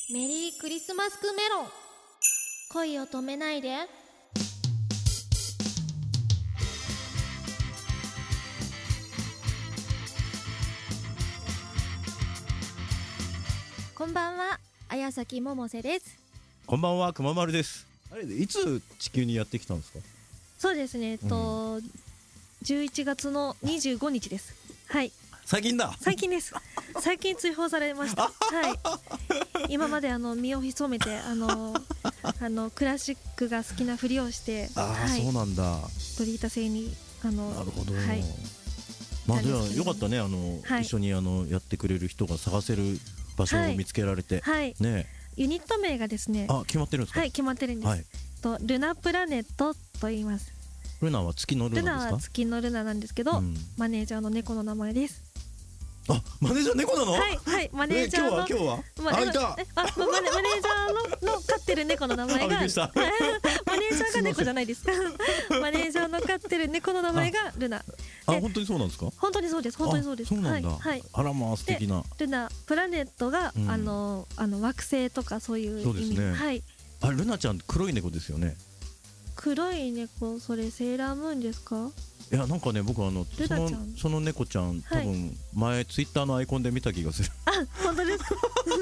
メリークリスマスクメロン、恋を止めないで。こんばんは、綾崎百瀬です。 こんばんは、くままるです。あれでいつ地球にやってきたんですか？ そうですね、11月の25日です。はい、 最近だ。 最近です。最近追放されました。はい。今まで身を潜めてクラシックが好きなふりをして、 はい、そうなんだ。 ロリータ星になるほど。 はい。 まあではよかったね。はい、一緒にやってくれる人が探せる場所を見つけられて、 はい、ね。ユニット名がですね。 決まってるんですか？はい、 決まってるんです。はい、ルナプラネットと言います。 ルナは月のルナですか？ ルナは月のルナなんですけど、マネージャーの猫の名前です。 マネージャー猫なの？ はいはい、マネージャーの今日はマネージャーの飼ってる猫の名前がマネージャーが猫じゃないです。マネージャーの飼ってる猫の名前がルナ。 本当にそうなんですか？ 本当にそうです。本当にそうです。 そうなんだ。はい。あらまあ素敵な。 ルナプラネットが惑星とかそういう意味。そうですね。はい。 ルナちゃん黒い猫ですよね。 黒い猫、それセーラームーンですか？ いやなんかね、僕その猫ちゃん、多分前ツイッターのアイコンで見た気がする。 本当ですか？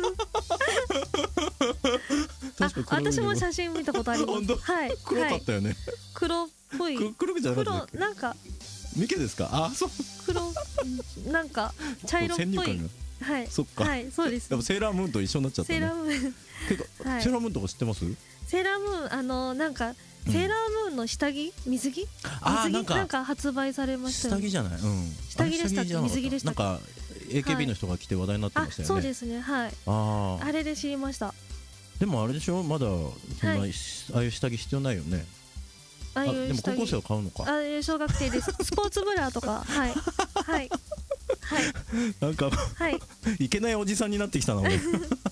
私も写真見たことあります。はい。 黒かったよね。 黒っぽい。 黒じゃなかったっけ？ なんかミケですか？そう。 黒なんか茶色っぽい。はい。 そっか。 はい、そうです。 でもセーラームーンと一緒になっちゃったね。 セーラームーン。 セーラームーンとか知ってます？ セーラームーンなんかセーラームーンの下着、水着なんか発売されましたよね。 下着じゃない？ 下着でしたっけ？水着でしたっけ？ なんか AKB の人が着て話題になってましたよね。 そうですね。はい。あれで知りました。 でもあれでしょ、まだそんなああいう下着必要ないよね。でも高校生は買うのか。 小学生です。スポーツブラとか。はいはいはい。 なんかいけないおじさんになってきたな俺。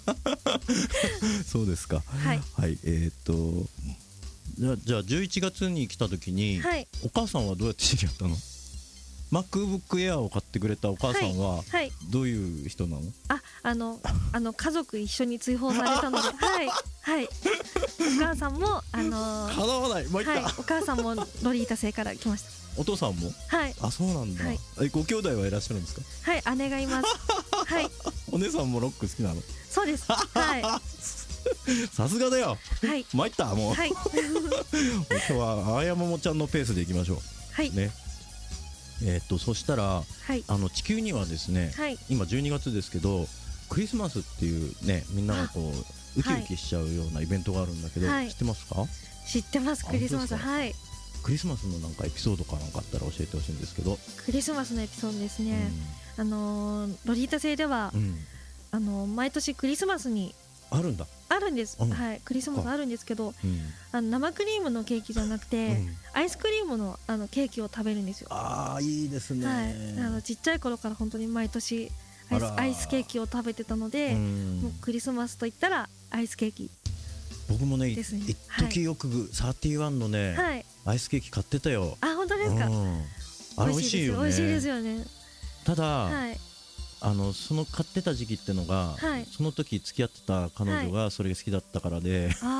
そうですか。はいはい。じゃあ11月に来た時に、お母さんはどうやって知り合ったの？MacBook Air を買ってくれたお母さんはどういう人なの？ 家族一緒に追放されたので、はいはい。お母さんも叶わない。 はい。お母さんもロリータ星から来ました。 お父さんも？はい。そうなんだ。ご兄弟はいらっしゃるんですか？ はい、姉がいます。はい。 お姉さんもロック好きなの？ そうです。はい。 さすがだよ。はい。参ったもう。はい。今日はあやももちゃんのペースでいきましょう。はい。ね。そしたら地球にはですね、今12月ですけどクリスマスっていうね、みんながこうウキウキしちゃうようなイベントがあるんだけど、知ってますか？ 知ってます。クリスマス。はい。 クリスマスのなんかエピソードかなんかあったら教えてほしいんですけど。 クリスマスのエピソードですね。ロリータ星では毎年クリスマスにあるんです。はい、クリスマスあるんですけど、生クリームのケーキじゃなくてアイスクリームのケーキを食べるんですよ。 いいですね。 はい。ちっちゃい頃から本当に毎年アイスケーキを食べてたので、もうクリスマスといったらアイスケーキ。 僕もね、一時よく31のね、アイスケーキ買ってたよ。 本当ですか？ あれ美味しいよね。 美味しいですよね。 ただその買ってた時期ってのが、その時付き合ってた彼女がそれが好きだったからで、そ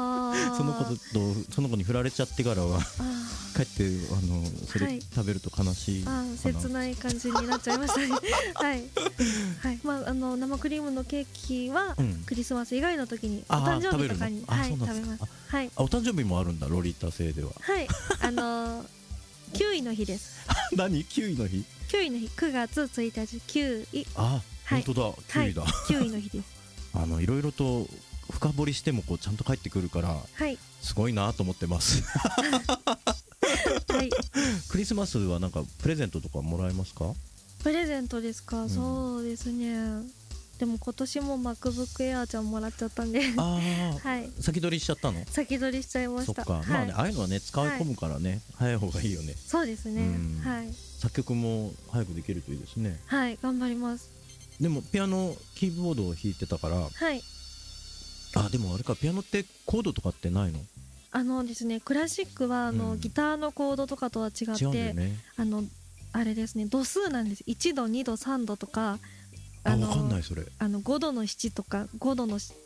の子に振られちゃってからは帰ってそれ食べると悲しいかな。 切ない感じになっちゃいましたね。はいはい。生クリームのケーキはクリスマス以外の時にお誕生日とかに食べます。はい。 お誕生日もあるんだ、ロリータ星では。 はい。9位の日です。 何？9位の日 ？9位の日、9月1日9位。 本当だ、9位だ。 9位の日です。 いろいろと深掘りしてもちゃんと帰ってくるからすごいなと思ってます。はい。クリスマスはなんかプレゼントとかもらえますか？ プレゼントですか？そうですね。でも今年も MacBook Air ちゃんもらっちゃったんで、 先取りしちゃったの？ 先取りしちゃいました。 そっか。まあね、ああいうのはね使い込むからね、早い方がいいよね。 そうですね。はい。 作曲も早くできるといいですね。 はい、頑張ります。 でもピアノキーボードを弾いてたから、でもあれか、ピアノってコードとかってないの？ ですね、クラシックはギターのコードとかとは違って、あれですね、度数なんです。1度2度3度とか、 わかんないそれ。 5度の7とか5度の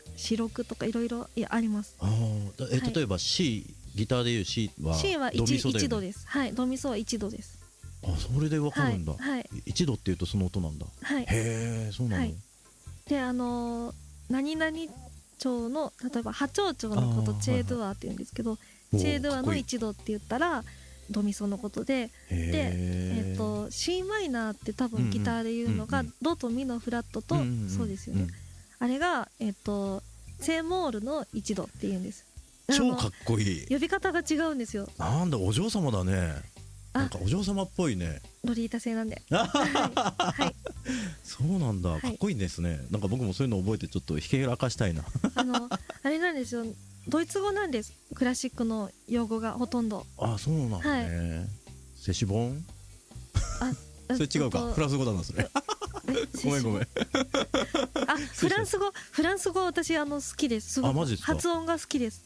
C6 とかいろいろあります。 例えば C、ギターでいう C は C は 1度です。はい、ドミソは1度です。 それでわかるんだ。 はい、 1度っていうとその音なんだ。 はい、 へえ、そうなの。はい、 で何々調の例えば波長調のことチェードゥアって言うんですけど、チェードゥアの1度って言ったらドミソのことで、で、C マイナーって多分ギターで言うのがドとミのフラットと、そうですよね、あれがセモールの1度って言うんです。 超かっこいい。 呼び方が違うんですよ。 なんだ、お嬢様だね。なんかお嬢様っぽいね。 ロリータ製なんではい、 そうなんだ、かっこいいですね。なんか僕もそういうの覚えてちょっとひけらかしたいなあれなんですよ、ドイツ語なんです、クラシックの用語がほとんど。 そうなんだね。セシボンそれ違うか、フランス語だなそれごめんフランス語私好きです。すごく発音が好きです。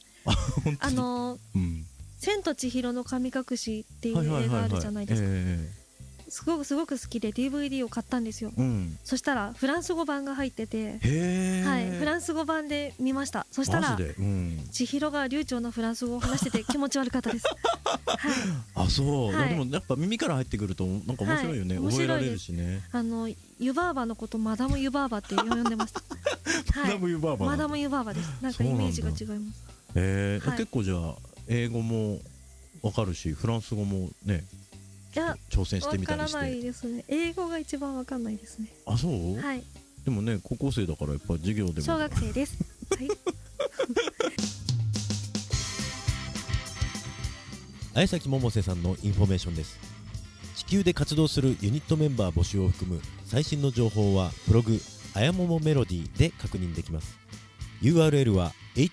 千と千尋の神隠しっていう映画あるじゃないですか。すごく好きで DVD を買ったんですよ。そしたらフランス語版が入ってて、はい、フランス語版で見ました。そしたら千尋が流暢なフランス語を話してて気持ち悪かったですはい、そう、でもやっぱ耳から入ってくるとなんか面白いよね。覚えられるしね。湯婆婆のことマダム湯婆婆って呼んでましたマダム湯婆婆、マダム湯婆婆です。なんかイメージが違います。結構じゃあ英語もわかるしフランス語もね、挑戦してみたりして。 わからないですね。英語が一番わかんないですね。 そう？ はい。 でもね、高校生だからやっぱ授業でも。 小学生ですはい綾崎百瀬さんのインフォメーションです。地球で活動するユニットメンバー募集を含む最新の情報はブログあやももメロディで確認できます。 URL は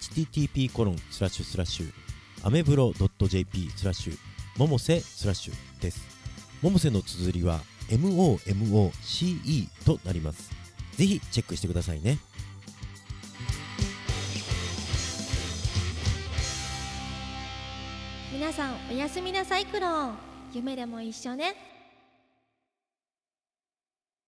http:// アメブロ .jp/ 百瀬/です。百瀬の綴りは MOMOCE となります。ぜひチェックしてくださいね。 皆さんおやすみなさいクローン。夢でも一緒ね。